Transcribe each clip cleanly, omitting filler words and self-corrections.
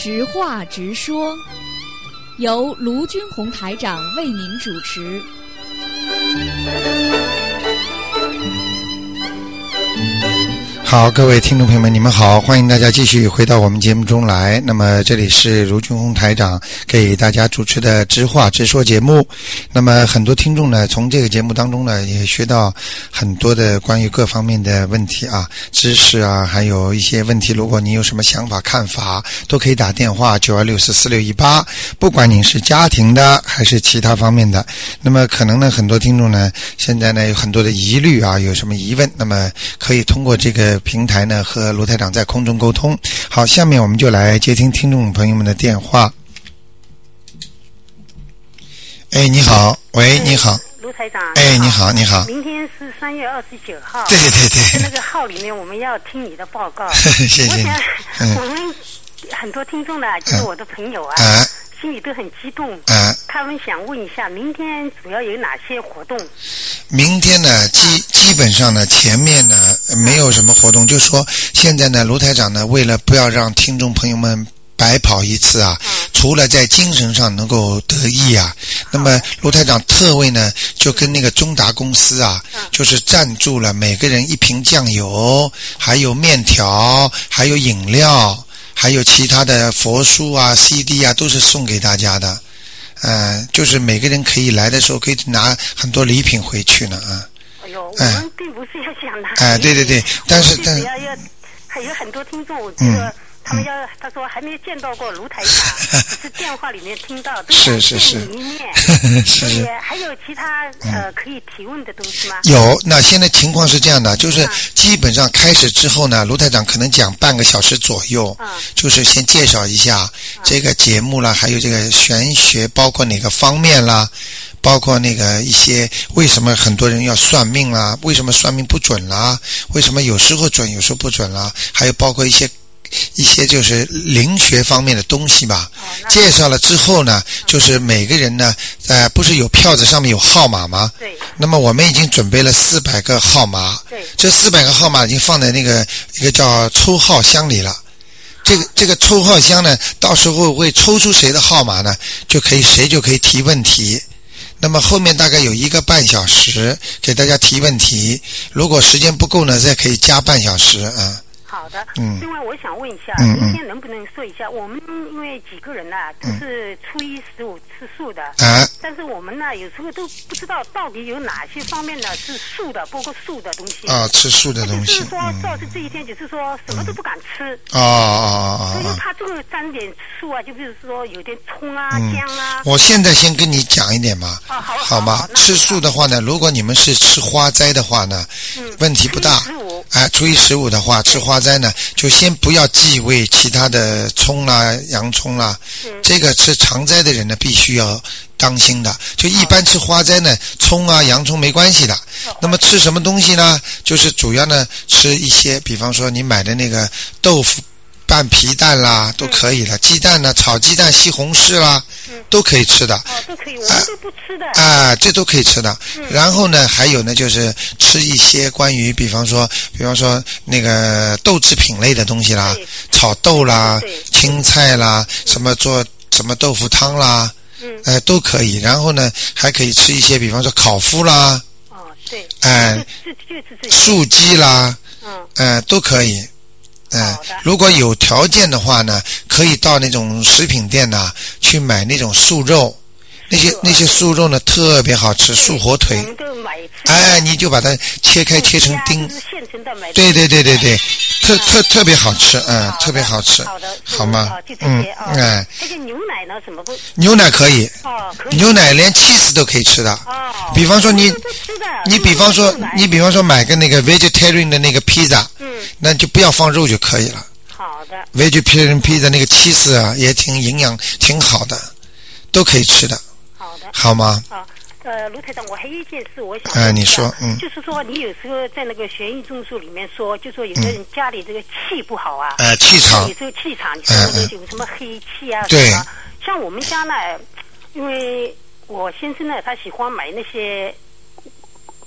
直话直说，由卢军红台长为您主持。 好，各位听众朋友们，你们好，欢迎大家继续回到我们节目中来。那么这里是卢军红台长给大家主持的直话直说节目。那么很多听众呢，从这个节目当中呢，也学到很多的关于各方面的问题啊、知识啊，还有一些问题。如果你有什么想法、看法，都可以打电话92644618，不管你是家庭的还是其他方面的。那么可能呢，很多听众呢，现在呢有很多的疑虑啊，有什么疑问，那么可以通过这个平台呢和卢台长在空中沟通。好，下面我们就来接听听众朋友们的电话。哎，你好，喂，你好， 卢台长。 哎，你好，你好。 明天是3月29号。 对对对。 那个号里面我们要听你的报告。 谢谢。 我想，我们很多听众呢，就是我的朋友啊，心里都很激动。他们想问一下，明天主要有哪些活动？ 明天呢，基本上呢，前面呢没有什么活动，就是说现在呢，卢台长呢，为了不要让听众朋友们白跑一次啊，除了在精神上能够得益啊，那么卢台长特为呢，就跟那个中达公司啊，就是赞助了每个人1瓶酱油，还有面条，还有饮料，还有其他的佛书啊、CD 啊，都是送给大家的。就是每个人可以来的时候可以拿很多礼品回去呢啊。 哎呦，我们并不是要想拿。 对对对，但是还有很多听众，这个他们他说还没有见到过卢台长，是电话里面听到，都想见你一面。所以还有其他可以提问的东西吗？ 有，那现在情况是这样的，就是基本上开始之后呢，卢台长可能讲半个小时左右，就是先介绍一下这个节目啦，还有这个玄学包括哪个方面啦，包括那个一些为什么很多人要算命啦，为什么算命不准啦，为什么有时候准有时候不准啦，还有包括一些就是灵学方面的东西吧。介绍了之后呢，就是每个人呢不是有票子上面有号码吗？对。那么我们已经准备了400个号码。对。这400个号码已经放在那个一个叫抽号箱里了。这个抽号箱呢，到时候会抽出谁的号码呢，谁就可以提问题。那么后面大概有1个半小时给大家提问题，如果时间不够呢，再可以加半小时啊。 好的。另外我想问一下，明天能不能说一下，我们因为几个人都是初一15吃素的，但是我们呢有时候都不知道到底有哪些方面呢是素的，包括素的东西。吃素的东西。就是说照是这一天，就是说什么都不敢吃。所以他这个沾点素啊，就比如说有点葱啊、姜啊。我现在先跟你讲一点嘛，好吗？吃素的话呢，如果你们是吃花斋的话呢，问题不大。初一15的话，吃花斋呢，就先不要忌讳其他的葱啦、洋葱啦。这个吃常斋的人呢，必须要当心的。就一般吃花斋呢，葱啊、洋葱没关系的。那么吃什么东西呢？就是主要呢吃一些，比方说你买的那个豆腐拌皮蛋啦，都可以的。鸡蛋呢，炒鸡蛋、西红柿啦，都可以吃的。都可以，我们都不吃的。这都可以吃的。然后呢，还有呢，就是吃一些关于，比方说那个豆制品类的东西啦，炒豆啦、青菜啦，做什么豆腐汤啦，都可以。然后呢，还可以吃一些，比方说烤麸啦，素鸡啦，都可以。如果有条件的话呢，可以到那种食品店呢去买那种素肉，那些素肉呢特别好吃，素火腿。你就把它切开切成丁。对，特别好吃，特别好吃。好吗？这个牛奶呢什么不？牛奶可以。牛奶连cheese都可以吃的。比方说你比方说买个那个 vegetarian 的那个披萨，那就不要放肉就可以了。好的。vegetarian pizza 那个cheese啊，也挺营养，挺好的，都可以吃的。好的。好吗？卢台长，我还有一件事我想你说，就是说你有时候在那个玄易中术里面说，就说有的人家里这个气不好啊，气场，有时候气场，有什么黑气啊，对，像我们家呢，因为我先生呢，他喜欢买那些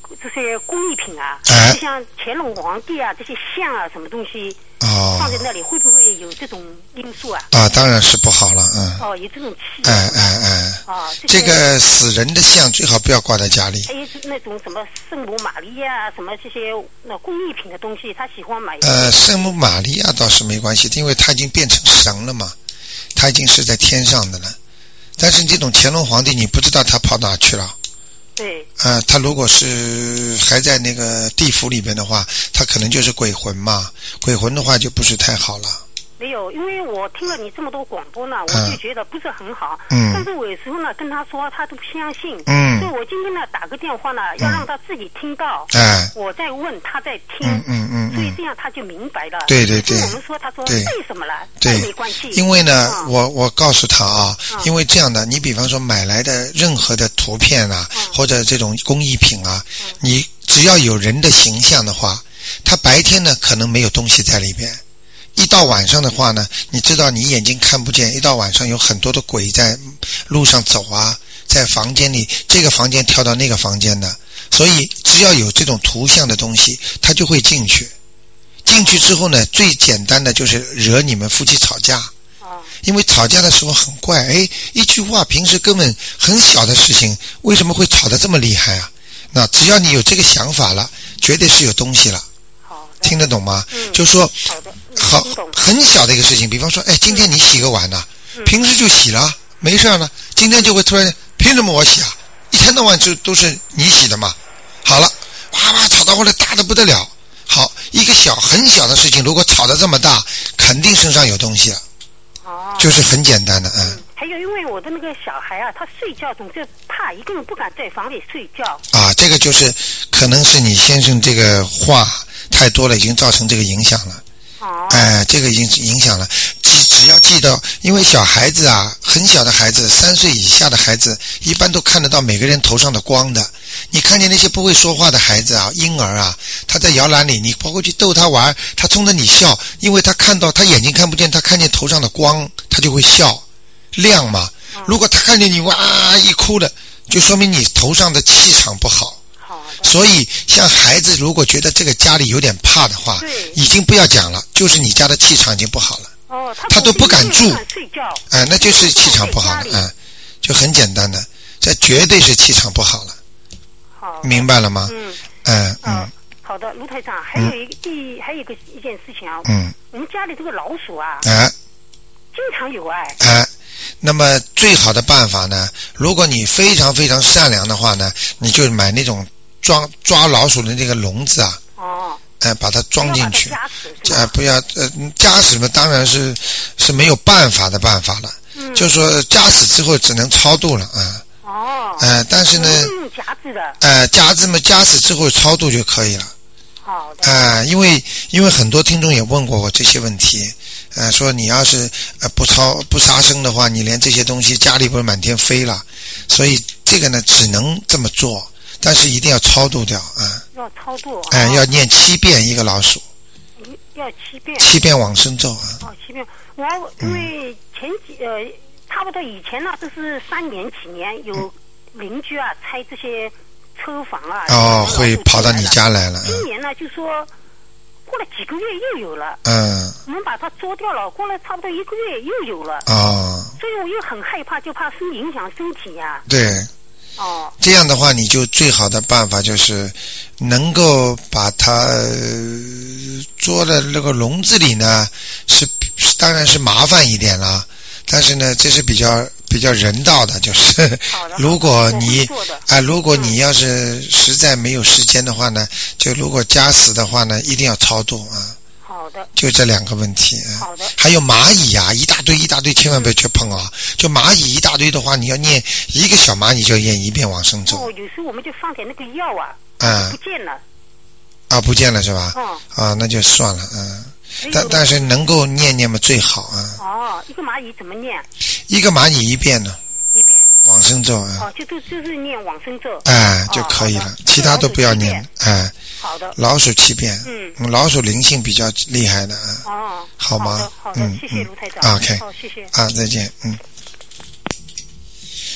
这些工艺品啊，就像乾隆皇帝啊这些像啊什么东西放在那里，会不会有这种因素啊？ 当然是不好了， 有这种气。 这个死人的像最好不要挂在家里。 还有那种什么圣母玛利亚什么这些工艺品的东西，他喜欢买。 圣母玛利亚倒是没关系，因为他已经变成神了嘛，他已经是在天上的了。但是这种乾隆皇帝，你不知道他跑哪去了。 对。 他如果是还在那个地府里边的话，他可能就是鬼魂嘛。鬼魂的话就不是太好了。 没有，因为我听了你这么多广播呢，我就觉得不是很好。但是我有时候呢跟他说，他都不相信。所以我今天呢打个电话呢，要让他自己听到。我在问，他在听。所以这样他就明白了。 对。 我们说，他说为什么了？ 对， 没关系。 因为呢，我告诉他啊，因为这样的，你比方说买来的任何的图片啊，或者这种工艺品啊，你只要有人的形象的话，他白天呢可能没有东西在里边。一到晚上的话呢，你知道你眼睛看不见，一到晚上有很多的鬼在路上走啊，在房间里这个房间跳到那个房间的，所以只要有这种图像的东西，他就会进去。进去之后呢，最简单的就是惹你们夫妻吵架。因为吵架的时候很怪，一句话平时根本很小的事情，为什么会吵得这么厉害啊？那只要你有这个想法了，绝对是有东西了。听得懂吗？就说好很小的一个事情，比方说今天你洗个碗啊，平时就洗了没事了，今天就会突然凭什么我洗啊？一天到晚都是你洗的嘛。好了，哇吵到后来大的不得了。好，一个很小的事情，如果吵得这么大，肯定身上有东西了。就是很简单的。 还有，因为我的那个小孩啊，他睡觉总是怕，一个人不敢在房里睡觉。 这个就是可能是你先生这个话太多了，已经造成这个影响了。这个已经影响了。只要记得，因为小孩子啊，很小的孩子，3岁以下的孩子，一般都看得到每个人头上的光的。你看见那些不会说话的孩子啊，婴儿啊，他在摇篮里，你跑过去逗他玩，他冲着你笑，因为他看到他眼睛看不见，他看见头上的光，他就会笑，亮嘛。如果他看见你哇一哭的，就说明你头上的气场不好。所以像孩子如果觉得这个家里有点怕的话，已经不要讲了，就是你家的气场已经不好了。他都不敢住，那就是气场不好了。就很简单的，这绝对是气场不好了。明白了吗？ 好的，卢台长，还有一件事情啊，我们家里这个老鼠啊，经常有那么最好的办法呢，如果你非常非常善良的话呢，你就买那种抓老鼠的那个笼子啊。把它装进去。不要夹死嘛，当然是没有办法的办法了。就是说夹死之后只能超度了但是呢， 夹子的夹子嘛，夹死之后超度就可以了。 好的。 因为很多听众也问过我这些问题，说你要是不杀生的话，你连这些东西家里不是满天飞了，所以这个呢只能这么做，但是一定要超度掉要超度要念7遍一个老鼠。 要7遍。 7遍往生咒 7遍。我因为差不多以前呢，这是3年几年有邻居拆这些车房会跑到你家来了。 今年呢就说过了几个月又有了。我们把它捉掉了，过了差不多1个月又有了。所以我又很害怕，就怕影响身体呀。 对。这样的话，你就最好的办法就是能够把它捉在那个笼子里呢，当然是麻烦一点了，但是呢，这是比较人道的，就是如果你要是实在没有时间的话呢，就如果夹死的话呢，一定要超度好的。 就这2个问题。 好的。 还有蚂蚁一大堆，千万不要去碰就蚂蚁一大堆的话，你要念一个小蚂蚁就念1遍往生咒。 有时候我们就放点那个药不见了。 不见了是吧？那就算了但是能够念嘛最好一个蚂蚁怎么念？ 一个蚂蚁1遍呢。1遍。往生咒就是念往生咒就可以了，其他都不要念好的。 老鼠7遍。老鼠灵性比较厉害的好吗？ 好的，谢谢卢台长。 OK。 好，谢谢。 再见。好。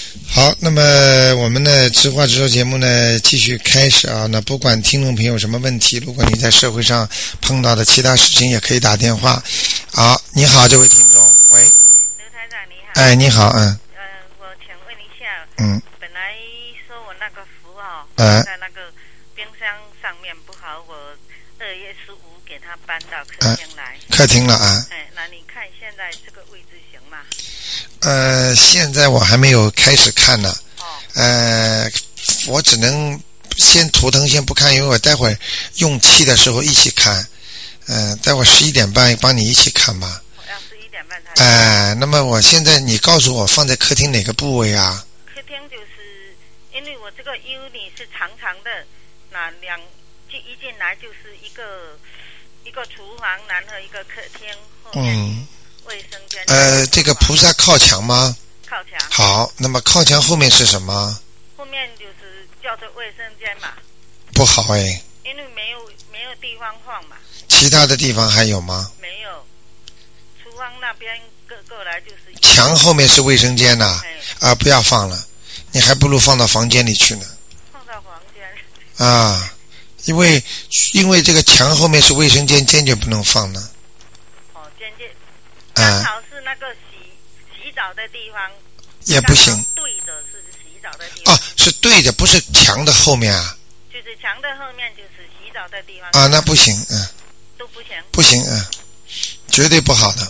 好，那么我们的直话直说节目呢继续开始啊。那不管听众朋友有什么问题，如果你在社会上碰到的其他事情，也可以打电话。好，你好，这位听众，喂。 刘台长你好。 哎，你好， 我请问一下，本来说我那个符在那个冰箱上面不好，我2月15给他搬到客厅来。 客厅了啊。 那你看现在这个位置行吗？ 现在我还没有开始看呢。我只能先图腾先不看，因为我待会儿用气的时候一起看。待会儿11点半帮你一起看吧。 要11点半才。 那么我现在你告诉我放在客厅哪个部位啊？ 客厅就是因为我这个 unit 是长长的，那一进来就是一个厨房，然后一个客厅，后面卫生间。 这个菩萨靠墙吗？ 靠墙。 好，那么靠墙后面是什么？ 后面就是叫做卫生间嘛。 不好因为没有地方放嘛。 其他的地方还有吗？ 没有，厨房那边过来就是墙后面是卫生间呐。不要放了，你还不如放到房间里去呢。 放到房间。 因为这个墙后面是卫生间，坚决不能放呢。 坚决。刚好是那个洗澡的地方。 也不行。 对着是洗澡的地方。 是对着，不是墙的后面啊。 就是墙的后面就是洗澡的地方。 那不行， 都不行。 不行，绝对不好的。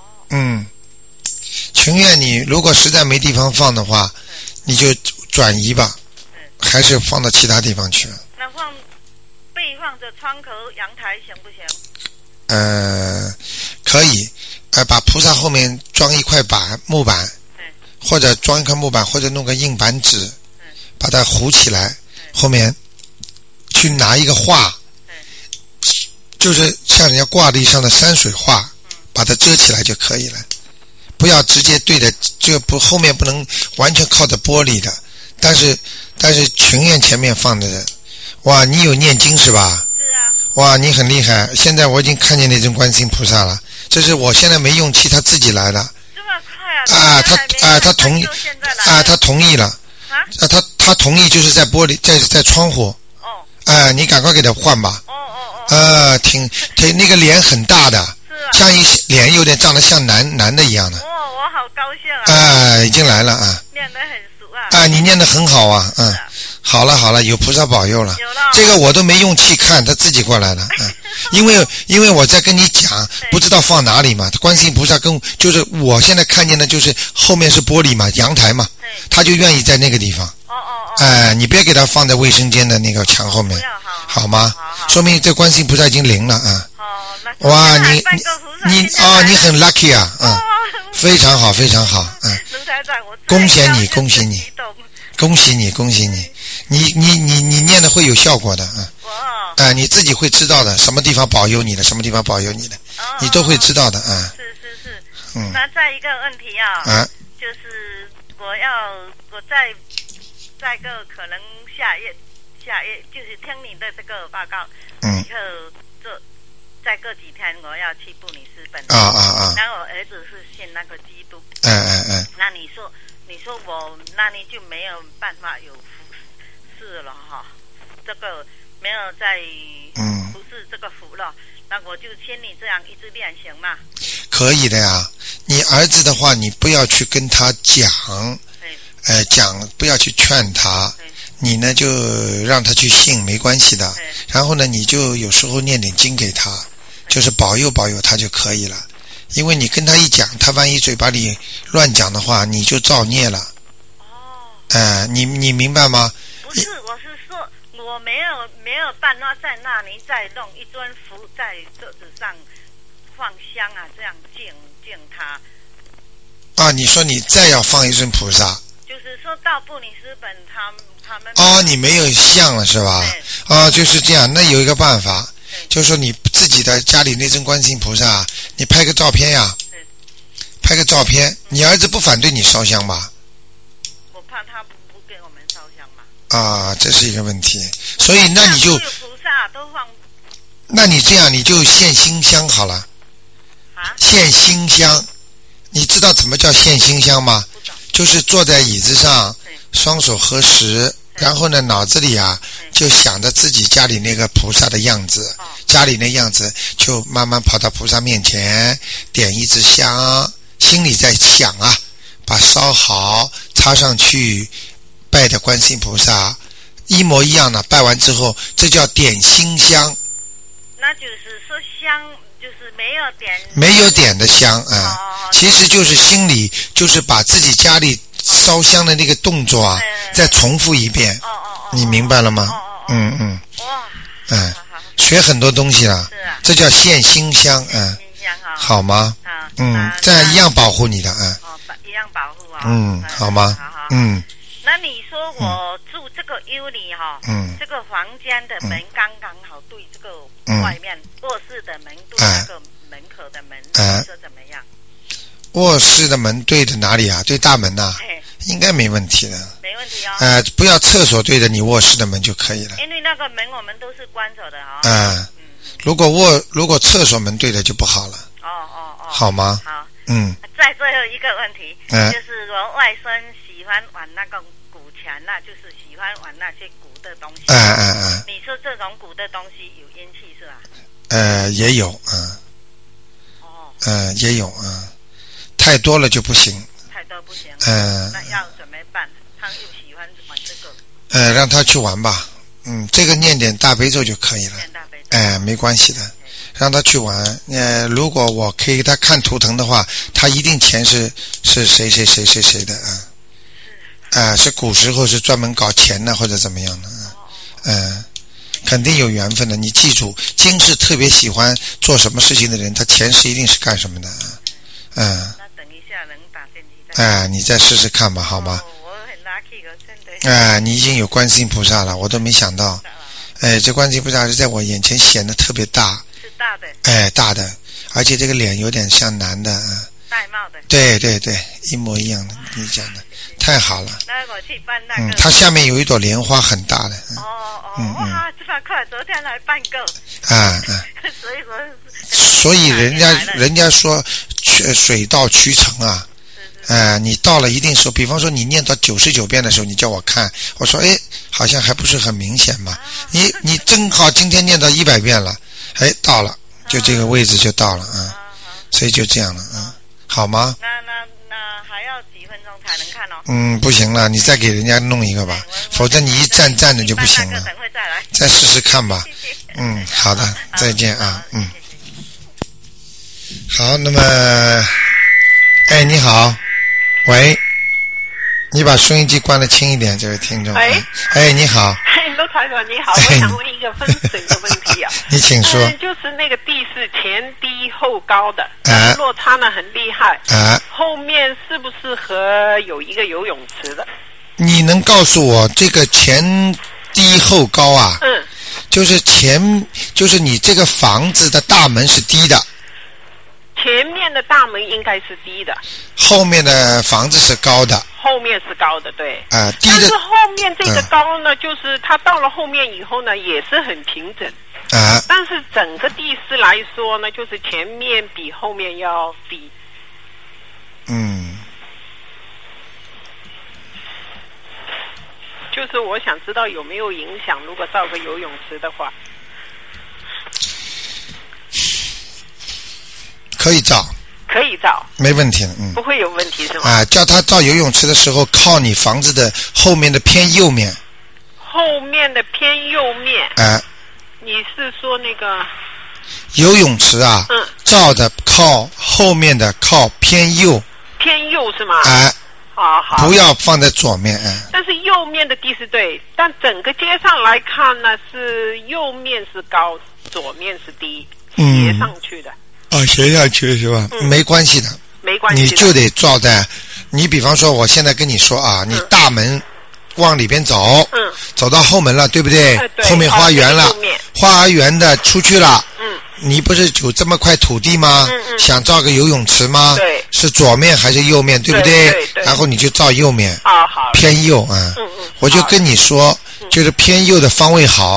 情愿你如果实在没地方放的话，你就转移吧，还是放到其他地方去。 那背放着窗口阳台行不行？ 可以，把菩萨后面装一块木板，或者装一块木板，或者弄个硬板纸，把它糊起来，后面去拿一个画，就是像人家挂历上的山水画，把它遮起来就可以了。不要直接对着，这不后面不能完全靠着玻璃的，但是群院前面放的人，哇，你有念经是吧？ 是啊。 哇，你很厉害！现在我已经看见那尊观世音菩萨了，这是我现在没用气，他自己来的。 这么快啊？ 他同意他同意了。他同意，就是在玻璃在窗户。你赶快给他换吧。那个脸很大的，像一脸有点长得像男的一样的。 我好高兴啊！ 已经来了啊！ 念得很熟啊！ 你念得很好啊！好了，有菩萨保佑了。这个我都没用气看，他自己过来了。因为我在跟你讲，不知道放哪里嘛。观世音菩萨就是我现在看见的，就是后面是玻璃嘛，阳台嘛，他就愿意在那个地方。你别给他放在卫生间的那个墙后面，好吗？说明这观世音菩萨已经灵了啊！哇，你很 lucky 啊！非常好，非常好！恭喜你，恭喜你，恭喜你，恭喜你！你念的会有效果的啊！你自己会知道的，什么地方保佑你的，什么地方保佑你的，你都会知道的啊！ 是。那再一个问题就是我再个可能下月就是听你的这个报告，以后再过几天我要去布里斯本。然后我儿子是信那个基督。那你说我那你就没有办法有服侍了哈？这个没有再服侍这个福了，那我就请你这样一直练行嘛。 可以的呀，你儿子的话，你不要去跟他讲。不要去劝他，你呢就让他去信，没关系的。然后呢，你就有时候念点经给他，就是保佑他就可以了。因为你跟他一讲，他万一嘴巴里乱讲的话，你就造孽了。你明白吗？ 不是，我是说我没有办法在那里再弄一尊符在桌子上放香啊，这样敬他。 你说你再要放一尊菩萨。 就是说到布里斯本他们你没有像了是吧？就是这样。那有一个办法，就是说你自己的家里那尊观世音菩萨，你拍个照片呀。拍个照片，你儿子不反对你烧香吧？ 我怕他不给我们烧香嘛。 这是一个问题。所以那你就菩萨都放。 那你这样你就献馨香好了。献馨香，你知道怎么叫献馨香吗？就是坐在椅子上双手合十，然后呢脑子里啊就想着自己家里那个菩萨的样子，家里那样子就慢慢跑到菩萨面前，点一支香，心里在想啊，把烧好插上去，拜的观世音菩萨一模一样的，拜完之后这叫点心香。 那就是说香就是没有点的香啊，其实就是心里就是把自己家里烧香的那个动作啊再重复一遍。你明白了吗？学很多东西了，这叫现心香。好吗？这样一样保护你的。 一样保护啊。 好吗？ 那你说我住这个U里这个房间的门刚刚好对这个外面卧室的门对那个门口的门，这怎么样？ 卧室的门对着哪里啊？对大门啊？应该没问题的。 没问题哦。 不要厕所对着你卧室的门就可以了。 因为那个门我们都是关着的如果厕所门对着就不好了。好吗？ 好。 再最后一个问题，就是我外甥喜欢玩那个古钱就是喜欢玩那些古的东西。你说这种古的东西有阴气是吧？ 也有也有太多了就不行。 太多不行。那要怎么办？他又喜欢玩这个。 让他去玩吧。这个念点大悲咒就可以了。 念大悲咒。 没关系的。让他去玩。如果我可以给他看图腾的话，他一定钱是谁的是古时候是专门搞钱的或者怎么样的。肯定有缘分的。你记住，今世特别喜欢做什么事情的人，他前世一定是干什么的。 那等一下能打电梯你再试试看吧，好吗？ 我很 lucky 真的。 你已经有观世音菩萨了，我都没想到。这观世音菩萨是在我眼前显得特别大。 是大的。 大的，而且这个脸有点像男的。 戴帽的。 对，一模一样的。你讲的太好了。 那我去办那个。 它下面有一朵莲花很大的。 哇，这么快，昨天来办够。 所以人家说水到渠成啊。你到了一定时候，比方说你念到99遍的时候，你叫我看，我说好像还不是很明显嘛。你正好今天念到100遍了，到了，就这个位置就到了所以就这样了好吗？ 那还要几分钟才能看哦？ 不行了，你再给人家弄一个吧，否则你一站着就不行了。 等会再来。 再试试看吧。好的，再见啊。好，那么你好。喂，你把收音机关得轻一点，这位听众。你好。 陆台长你好，我想问一个风水的问题你请说。 就是那个地是前低后高的，落差呢很厉害。后面适不适合有一个游泳池的？ 你能告诉我这个前低后高啊？就是你这个房子的大门是低的。 前面的大门应该是低的， 后面的房子是高的。 后面是高的，对。 低的。 但是后面这个高呢，就是它到了后面以后呢，也是很平整。但是整个地势来说呢，就是前面比后面要低。就是我想知道有没有影响，如果造个游泳池的话。 可以造，没问题。 不会有问题是吗？ 叫他造游泳池的时候，靠你房子的后面的偏右面。 后面的偏右面。你是说那个游泳池啊？照的靠后面的靠偏右。 偏右是吗？好。 不要放在左面。 但是右面的地是对，但整个街上来看呢，是右面是高，左面是低，斜上去的。 斜下去是吧？没关系的，你就得照在。你比方说，我现在跟你说你大门往里边走，走到后门了，对不对？后面花园了，花园的出去了。你不是有这么块土地吗？想造个游泳池吗？ 对。 是左面还是右面？对不对？对。然后你就照右面。 好。 偏右我就跟你说，就是偏右的方位好。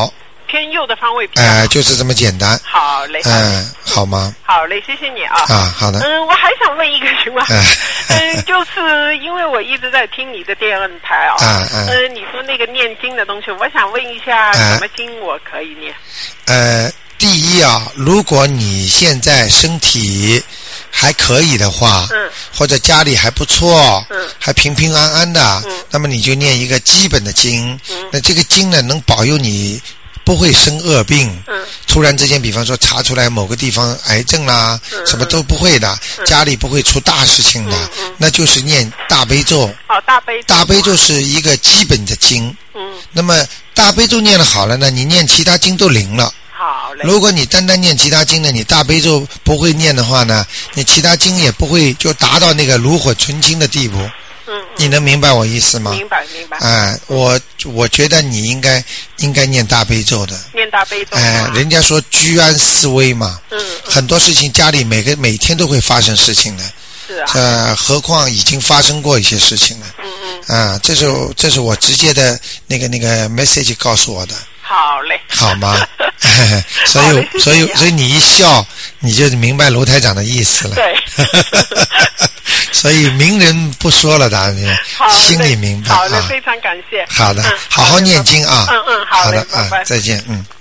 偏右的方位比较好。 就是这么简单。 好嘞。 好吗？ 好嘞，谢谢你啊。 好的。 我还想问一个情况。就是因为我一直在听你的电台啊。你说那个念经的东西，我想问一下，什么经我可以念？ 第一啊，如果你现在身体还可以的话，或者家里还不错，还平平安安的，那么你就念一个基本的经，那这个经呢，能保佑你不会生恶病，突然之间比方说查出来某个地方癌症啦，什么都不会的，家里不会出大事情的，那就是念大悲咒。大悲咒是一个基本的经，那么大悲咒念了好了呢，你念其他经都灵了。如果你单单念其他经呢，你大悲咒不会念的话呢，你其他经也不会就达到那个炉火纯青的地步。你能明白我意思吗？ 明白。 我觉得你应该念大悲咒的。 念大悲咒。 人家说居安思危嘛。很多事情家里每天都会发生事情的。是啊。何况已经发生过一些事情了。这是我直接的那个 message 告诉我的。 好嘞。 好吗？所以你一笑，你就明白卢台长的意思了。 对。 所以明人不说了，大家心里明白。 好的，非常感谢。 好的，好好念经啊。 好的， 再见。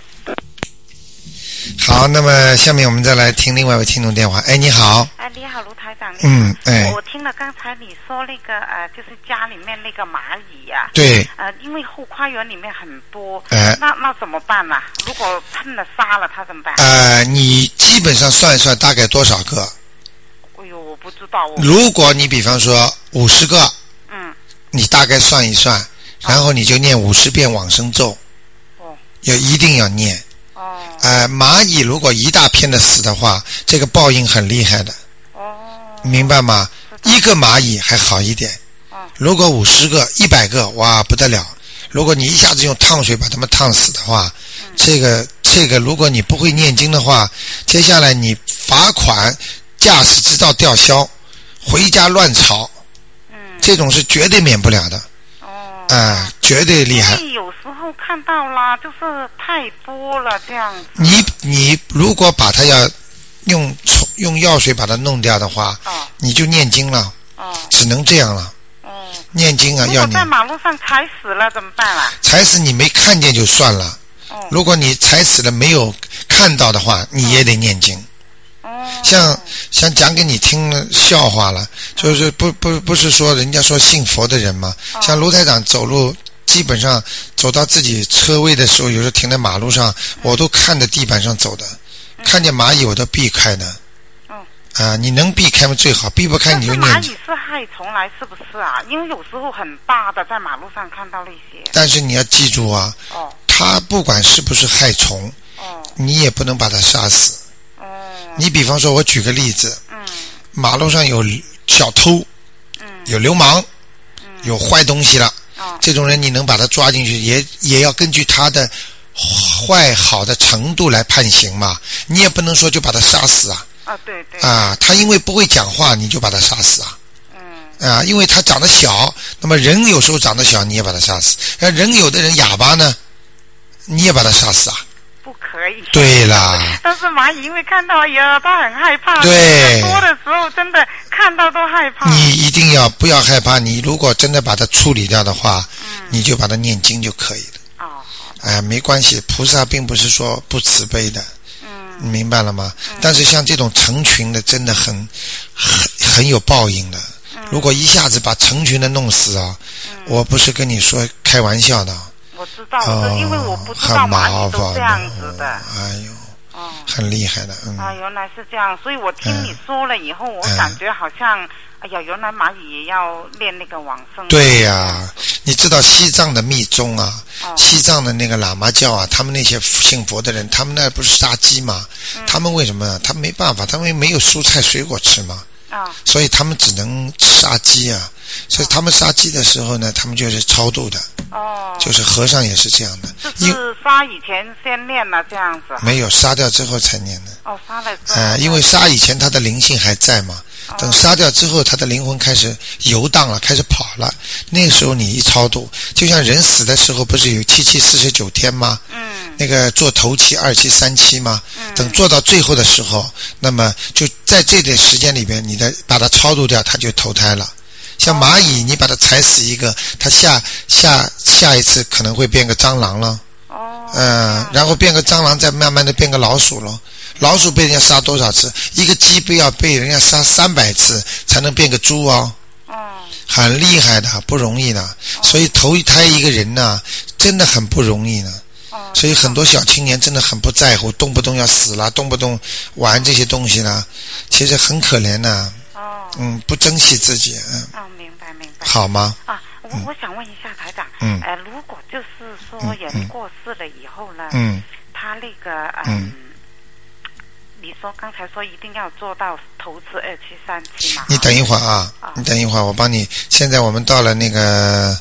好，那么下面我们再来听另外一位听众电话。你好。 你好，卢台长。我听了刚才你说那个就是家里面那个蚂蚁呀。 对。 因为后花园里面很多。那怎么办呢？如果喷了杀了它怎么办？ 你基本上算一算大概多少个？ 哎呦，我不知道。 如果你比方说50个，你大概算一算，然后你就念50遍往生咒。一定要念。蚂蚁如果一大片的死的话，这个报应很厉害的。明白吗？一个蚂蚁还好一点，如果50个、100个，哇，不得了！如果你一下子用烫水把它们烫死的话，这个如果你不会念经的话，接下来你罚款、驾驶执照吊销、回家乱吵，这种是绝对免不了的。绝对厉害。 有时候看到啦，就是太多了这样子。 你如果把它要用药水把它弄掉的话，你就念经了。只能这样了。念经啊，要念。 如果在马路上踩死了怎么办啊？ 踩死你没看见就算了。如果你踩死了没有看到的话，你也得念经。像讲给你听笑话了，就是不是说人家说信佛的人嘛，像卢台长走路基本上走到自己车位的时候，有时候停在马路上，我都看着地板上走的，看见蚂蚁我都避开的。你能避开吗？最好，避不开你就念。 蚂蚁是害虫来是不是啊？因为有时候很大的在马路上看到那些。 但是你要记住啊，它不管是不是害虫，你也不能把它杀死。你比方说我举个例子，马路上有小偷，有流氓，有坏东西了，这种人你能把他抓进去，也要根据他的坏好的程度来判刑嘛，你也不能说就把他杀死啊。 对。 他因为不会讲话你就把他杀死啊。因为他长得小，那么人有时候长得小你也把他杀死，人有的人哑巴呢，你也把他杀死啊。 不可以。 对啦。 但是蚂蚁因为看到呀，它很害怕。 对。 多的时候真的看到都害怕。 你一定要不要害怕，你如果真的把它处理掉的话，你就把它念经就可以了。没关系，菩萨并不是说不慈悲的。你明白了吗？但是像这种成群的真的很有报应的。如果一下子把成群的弄死啊，我不是跟你说开玩笑的。 我知道，因为我不知道蚂蚁都这样子的。很厉害的。 原来是这样，所以我听你说了以后，我感觉好像，原来蚂蚁也要练那个往生。 对呀，你知道西藏的密宗啊，西藏的那个喇嘛教啊，他们那些信佛的人，他们那不是杀鸡吗？他们为什么？他们没办法，他们没有蔬菜水果吃嘛。所以他们只能杀鸡啊。所以他们杀鸡的时候呢，他们就是超度的。就是和尚也是这样的。 就是杀以前先念了这样子。 没有，杀掉之后才念的。 杀了之后。 因为杀以前他的灵性还在嘛， 等杀掉之后，他的灵魂开始游荡了，开始跑了。那时候你一超度，就像人死的时候不是有7期49天吗？那个做头七、2期、3期吗？等做到最后的时候，那么就在这点时间里边，你把它超度掉，它就投胎了。像蚂蚁，你把它踩死一个，它下一次可能会变个蟑螂了。然后变个蟑螂，再慢慢的变个老鼠了。老鼠被人家杀多少次？一个鸡要被人家杀300次才能变个猪哦。很厉害的，不容易的。所以投一胎一个人呢，真的很不容易呢。所以很多小青年真的很不在乎，动不动要死了，动不动玩这些东西了，其实很可怜的。不珍惜自己。 明白。 好吗？ 我想问一下台长，如果就是说人过世了以后呢，他那个你说刚才说一定要做到头次2期3期嘛？ 你等一会儿啊，我帮你。现在我们到了那个